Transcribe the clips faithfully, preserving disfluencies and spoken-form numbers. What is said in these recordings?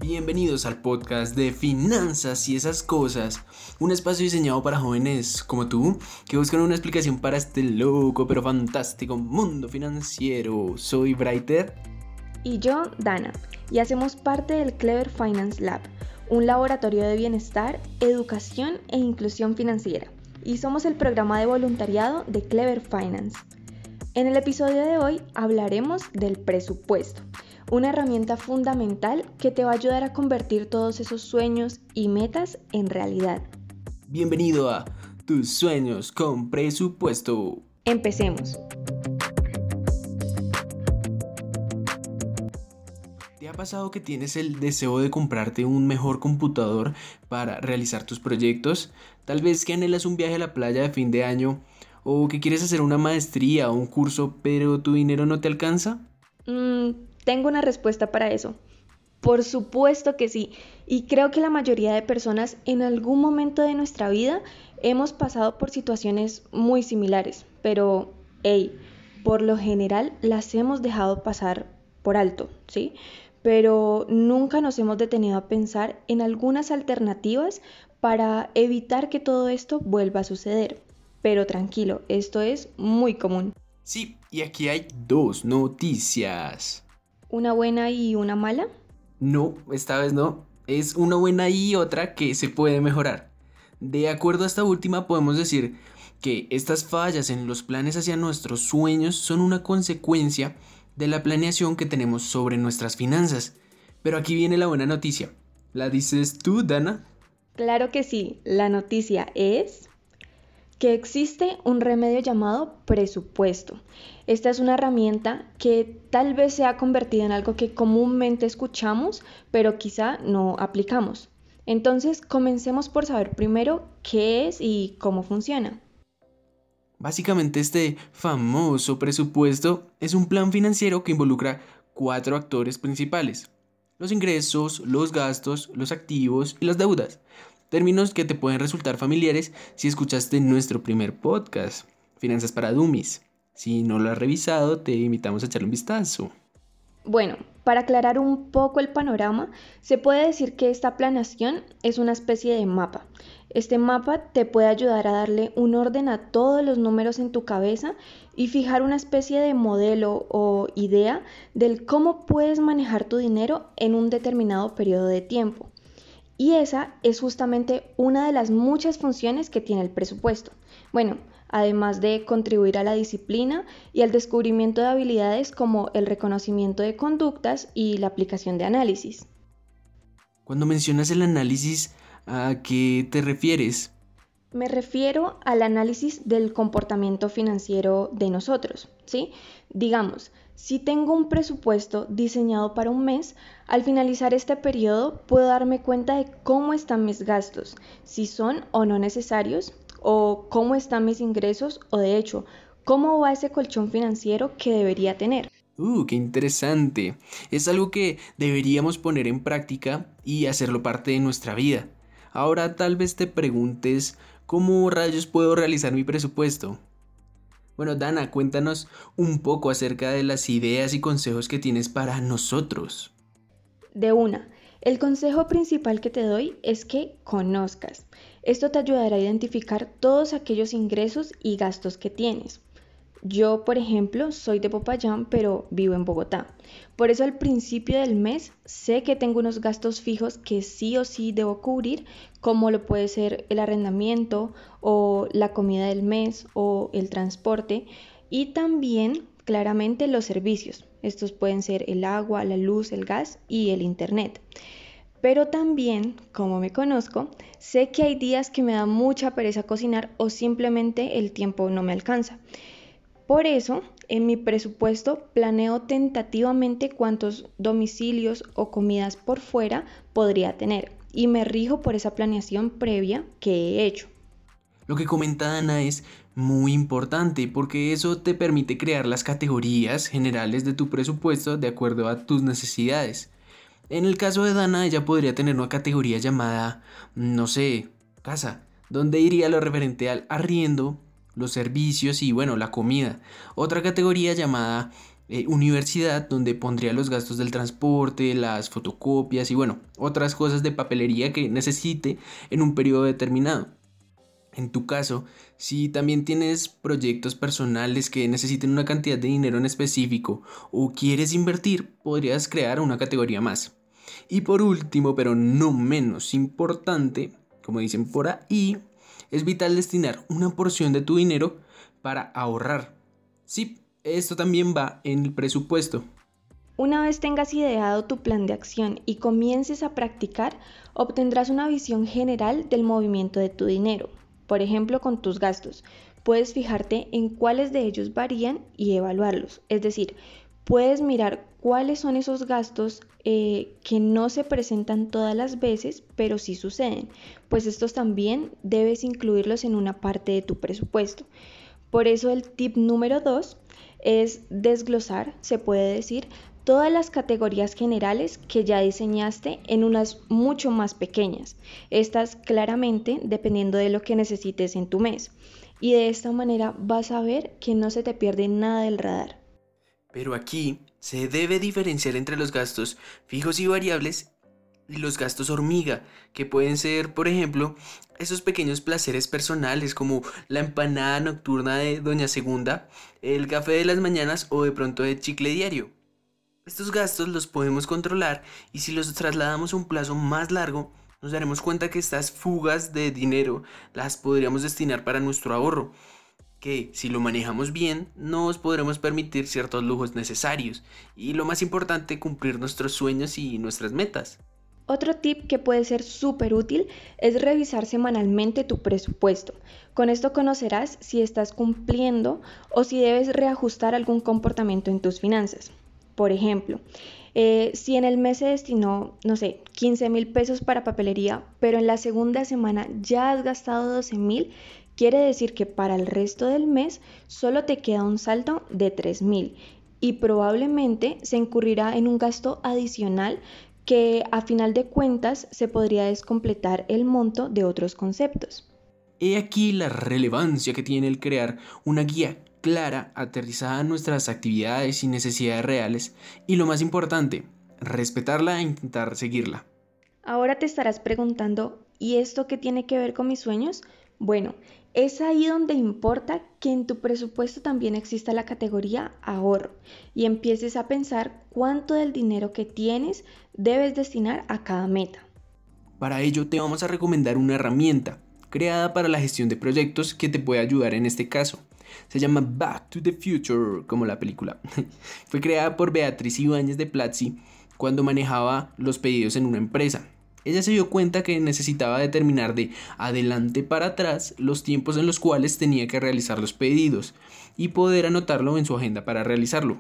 Bienvenidos al podcast de Finanzas y esas cosas, un espacio diseñado para jóvenes como tú que buscan una explicación para este loco pero fantástico mundo financiero. Soy Brighter. Y yo, Dana, y hacemos parte del Clever Finance Lab, un laboratorio de bienestar, educación e inclusión financiera, y somos el programa de voluntariado de Clever Finance. En el episodio de hoy hablaremos del presupuesto, una herramienta fundamental que te va a ayudar a convertir todos esos sueños y metas en realidad. Bienvenido a Tus Sueños con Presupuesto. Empecemos. ¿Te ha pasado que tienes el deseo de comprarte un mejor computador para realizar tus proyectos? Tal vez que anhelas un viaje a la playa de fin de año o que quieres hacer una maestría o un curso pero tu dinero no te alcanza. Mm, tengo una respuesta para eso. Por supuesto que sí, y creo que la mayoría de personas en algún momento de nuestra vida hemos pasado por situaciones muy similares, pero, hey, por lo general las hemos dejado pasar por alto, ¿sí? Pero nunca nos hemos detenido a pensar en algunas alternativas para evitar que todo esto vuelva a suceder. Pero tranquilo, esto es muy común. Sí, y aquí hay dos noticias. ¿Una buena y una mala? No, esta vez no. Es una buena y otra que se puede mejorar. De acuerdo a esta última, podemos decir que estas fallas en los planes hacia nuestros sueños son una consecuencia de la planeación que tenemos sobre nuestras finanzas. Pero aquí viene la buena noticia. ¿La dices tú, Dana? Claro que sí. La noticia es que existe un remedio llamado presupuesto. Esta es una herramienta que tal vez se ha convertido en algo que comúnmente escuchamos, pero quizá no aplicamos. Entonces, comencemos por saber primero qué es y cómo funciona. Básicamente este famoso presupuesto es un plan financiero que involucra cuatro actores principales: los ingresos, los gastos, los activos y las deudas. Términos que te pueden resultar familiares si escuchaste nuestro primer podcast, Finanzas para Dummies. Si no lo has revisado, te invitamos a echarle un vistazo. Bueno, para aclarar un poco el panorama, se puede decir que esta planeación es una especie de mapa. Este mapa te puede ayudar a darle un orden a todos los números en tu cabeza y fijar una especie de modelo o idea del cómo puedes manejar tu dinero en un determinado periodo de tiempo. Y esa es justamente una de las muchas funciones que tiene el presupuesto. Bueno, además de contribuir a la disciplina y al descubrimiento de habilidades como el reconocimiento de conductas y la aplicación de análisis. Cuando mencionas el análisis, ¿a qué te refieres? Me refiero al análisis del comportamiento financiero de nosotros, ¿sí? Digamos, si tengo un presupuesto diseñado para un mes, al finalizar este periodo puedo darme cuenta de cómo están mis gastos, si son o no necesarios, o cómo están mis ingresos, o de hecho, cómo va ese colchón financiero que debería tener. Uh, qué interesante. Es algo que deberíamos poner en práctica y hacerlo parte de nuestra vida. Ahora tal vez te preguntes, ¿cómo rayos puedo realizar mi presupuesto? Bueno, Dana, cuéntanos un poco acerca de las ideas y consejos que tienes para nosotros. De una, el consejo principal que te doy es que conozcas. Esto te ayudará a identificar todos aquellos ingresos y gastos que tienes. Yo, por ejemplo, soy de Popayán, pero vivo en Bogotá. Por eso al principio del mes sé que tengo unos gastos fijos que sí o sí debo cubrir, como lo puede ser el arrendamiento o la comida del mes o el transporte, y también claramente los servicios. Estos pueden ser el agua, la luz, el gas y el internet. Pero también, como me conozco, sé que hay días que me da mucha pereza cocinar o simplemente el tiempo no me alcanza. Por eso, en mi presupuesto planeo tentativamente cuántos domicilios o comidas por fuera podría tener y me rijo por esa planeación previa que he hecho. Lo que comenta Dana es muy importante porque eso te permite crear las categorías generales de tu presupuesto de acuerdo a tus necesidades. En el caso de Dana, ella podría tener una categoría llamada, no sé, casa, donde iría lo referente al arriendo, los servicios y bueno, la comida. Otra categoría llamada Eh, universidad, donde pondría los gastos del transporte, las fotocopias y bueno, otras cosas de papelería que necesite en un periodo determinado. En tu caso, si también tienes proyectos personales que necesiten una cantidad de dinero en específico o quieres invertir, podrías crear una categoría más. Y por último, pero no menos importante, como dicen por ahí, es vital destinar una porción de tu dinero para ahorrar. Sí, esto también va en el presupuesto. Una vez tengas ideado tu plan de acción y comiences a practicar, obtendrás una visión general del movimiento de tu dinero. Por ejemplo, con tus gastos, puedes fijarte en cuáles de ellos varían y evaluarlos. Es decir, puedes mirar cuáles son esos gastos eh, que no se presentan todas las veces, pero sí suceden, pues estos también debes incluirlos en una parte de tu presupuesto. Por eso el tip número dos es desglosar, se puede decir, todas las categorías generales que ya diseñaste en unas mucho más pequeñas. Estas claramente dependiendo de lo que necesites en tu mes. Y de esta manera vas a ver que no se te pierde nada del radar. Pero aquí se debe diferenciar entre los gastos fijos y variables y los gastos hormiga, que pueden ser, por ejemplo, esos pequeños placeres personales como la empanada nocturna de Doña Segunda, el café de las mañanas o de pronto el chicle diario. Estos gastos los podemos controlar y si los trasladamos a un plazo más largo, nos daremos cuenta que estas fugas de dinero las podríamos destinar para nuestro ahorro, que si lo manejamos bien nos podremos permitir ciertos lujos necesarios y lo más importante, cumplir nuestros sueños y nuestras metas. Otro tip que puede ser súper útil es revisar semanalmente tu presupuesto. Con esto conocerás si estás cumpliendo o si debes reajustar algún comportamiento en tus finanzas. Por ejemplo, eh, si en el mes se destinó, no sé, quince mil pesos para papelería, pero en la segunda semana ya has gastado doce mil, quiere decir que para el resto del mes solo te queda un saldo de tres mil y probablemente se incurrirá en un gasto adicional que a final de cuentas se podría descompletar el monto de otros conceptos. He aquí la relevancia que tiene el crear una guía clara, aterrizada en nuestras actividades y necesidades reales, y lo más importante, respetarla e intentar seguirla. Ahora te estarás preguntando, ¿y esto qué tiene que ver con mis sueños? Bueno, es ahí donde importa que en tu presupuesto también exista la categoría ahorro y empieces a pensar cuánto del dinero que tienes debes destinar a cada meta. Para ello te vamos a recomendar una herramienta creada para la gestión de proyectos que te puede ayudar en este caso. Se llama Back to the Future, como la película. Fue creada por Beatriz Ibáñez de Platzi cuando manejaba los pedidos en una empresa. Ella se dio cuenta que necesitaba determinar de adelante para atrás los tiempos en los cuales tenía que realizar los pedidos y poder anotarlo en su agenda para realizarlo.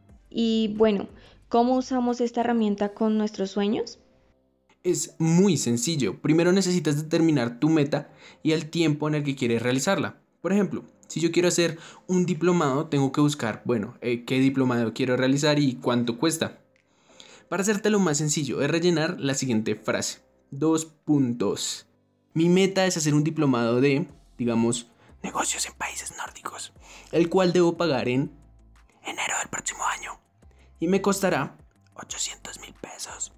Y bueno, ¿cómo usamos esta herramienta con nuestros sueños? Es muy sencillo. Primero necesitas determinar tu meta y el tiempo en el que quieres realizarla. Por ejemplo, si yo quiero hacer un diplomado, tengo que buscar, bueno, eh, qué diplomado quiero realizar y cuánto cuesta. Para hacértelo más sencillo, es rellenar la siguiente frase. Dos puntos. Mi meta es hacer un diplomado de, digamos, negocios en países nórdicos, el cual debo pagar en enero del próximo año. Y me costará ochocientos mil pesos.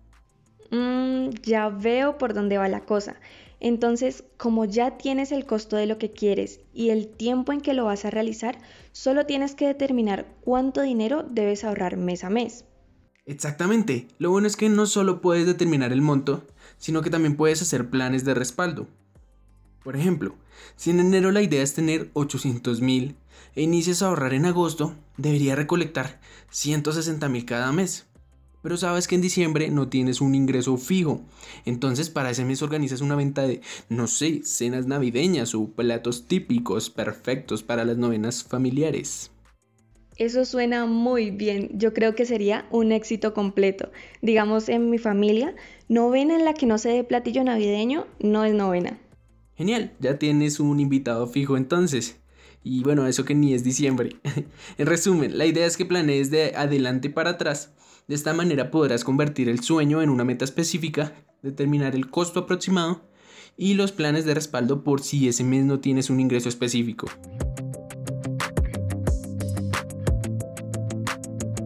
Mm, ya veo por dónde va la cosa. Entonces, como ya tienes el costo de lo que quieres y el tiempo en que lo vas a realizar, solo tienes que determinar cuánto dinero debes ahorrar mes a mes. Exactamente. Lo bueno es que no solo puedes determinar el monto, sino que también puedes hacer planes de respaldo. Por ejemplo, si en enero la idea es tener ochocientos mil e inicias a ahorrar en agosto, deberías recolectar ciento sesenta mil cada mes. Pero sabes que en diciembre no tienes un ingreso fijo. Entonces para ese mes organizas una venta de, no sé, cenas navideñas o platos típicos perfectos para las novenas familiares. Eso suena muy bien. Yo creo que sería un éxito completo. Digamos, en mi familia, novena en la que no se dé platillo navideño no es novena. Genial, ya tienes un invitado fijo entonces. Y bueno, eso que ni es diciembre. En resumen, la idea es que planees de adelante para atrás. De esta manera podrás convertir el sueño en una meta específica, determinar el costo aproximado y los planes de respaldo por si ese mes no tienes un ingreso específico.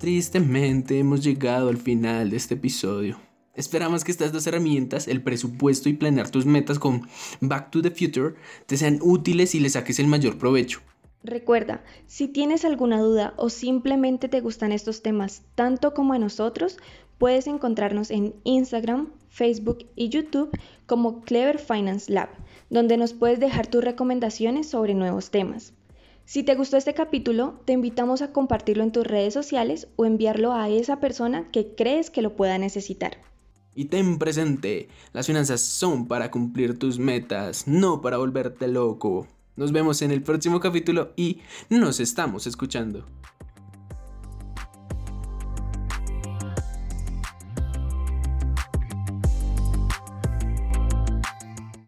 Tristemente hemos llegado al final de este episodio. Esperamos que estas dos herramientas, el presupuesto y planear tus metas con Back to the Future, te sean útiles y le saques el mayor provecho. Recuerda, si tienes alguna duda o simplemente te gustan estos temas tanto como a nosotros, puedes encontrarnos en Instagram, Facebook y YouTube como Clever Finance Lab, donde nos puedes dejar tus recomendaciones sobre nuevos temas. Si te gustó este capítulo, te invitamos a compartirlo en tus redes sociales o enviarlo a esa persona que crees que lo pueda necesitar. Y ten presente, las finanzas son para cumplir tus metas, no para volverte loco. Nos vemos en el próximo capítulo y nos estamos escuchando.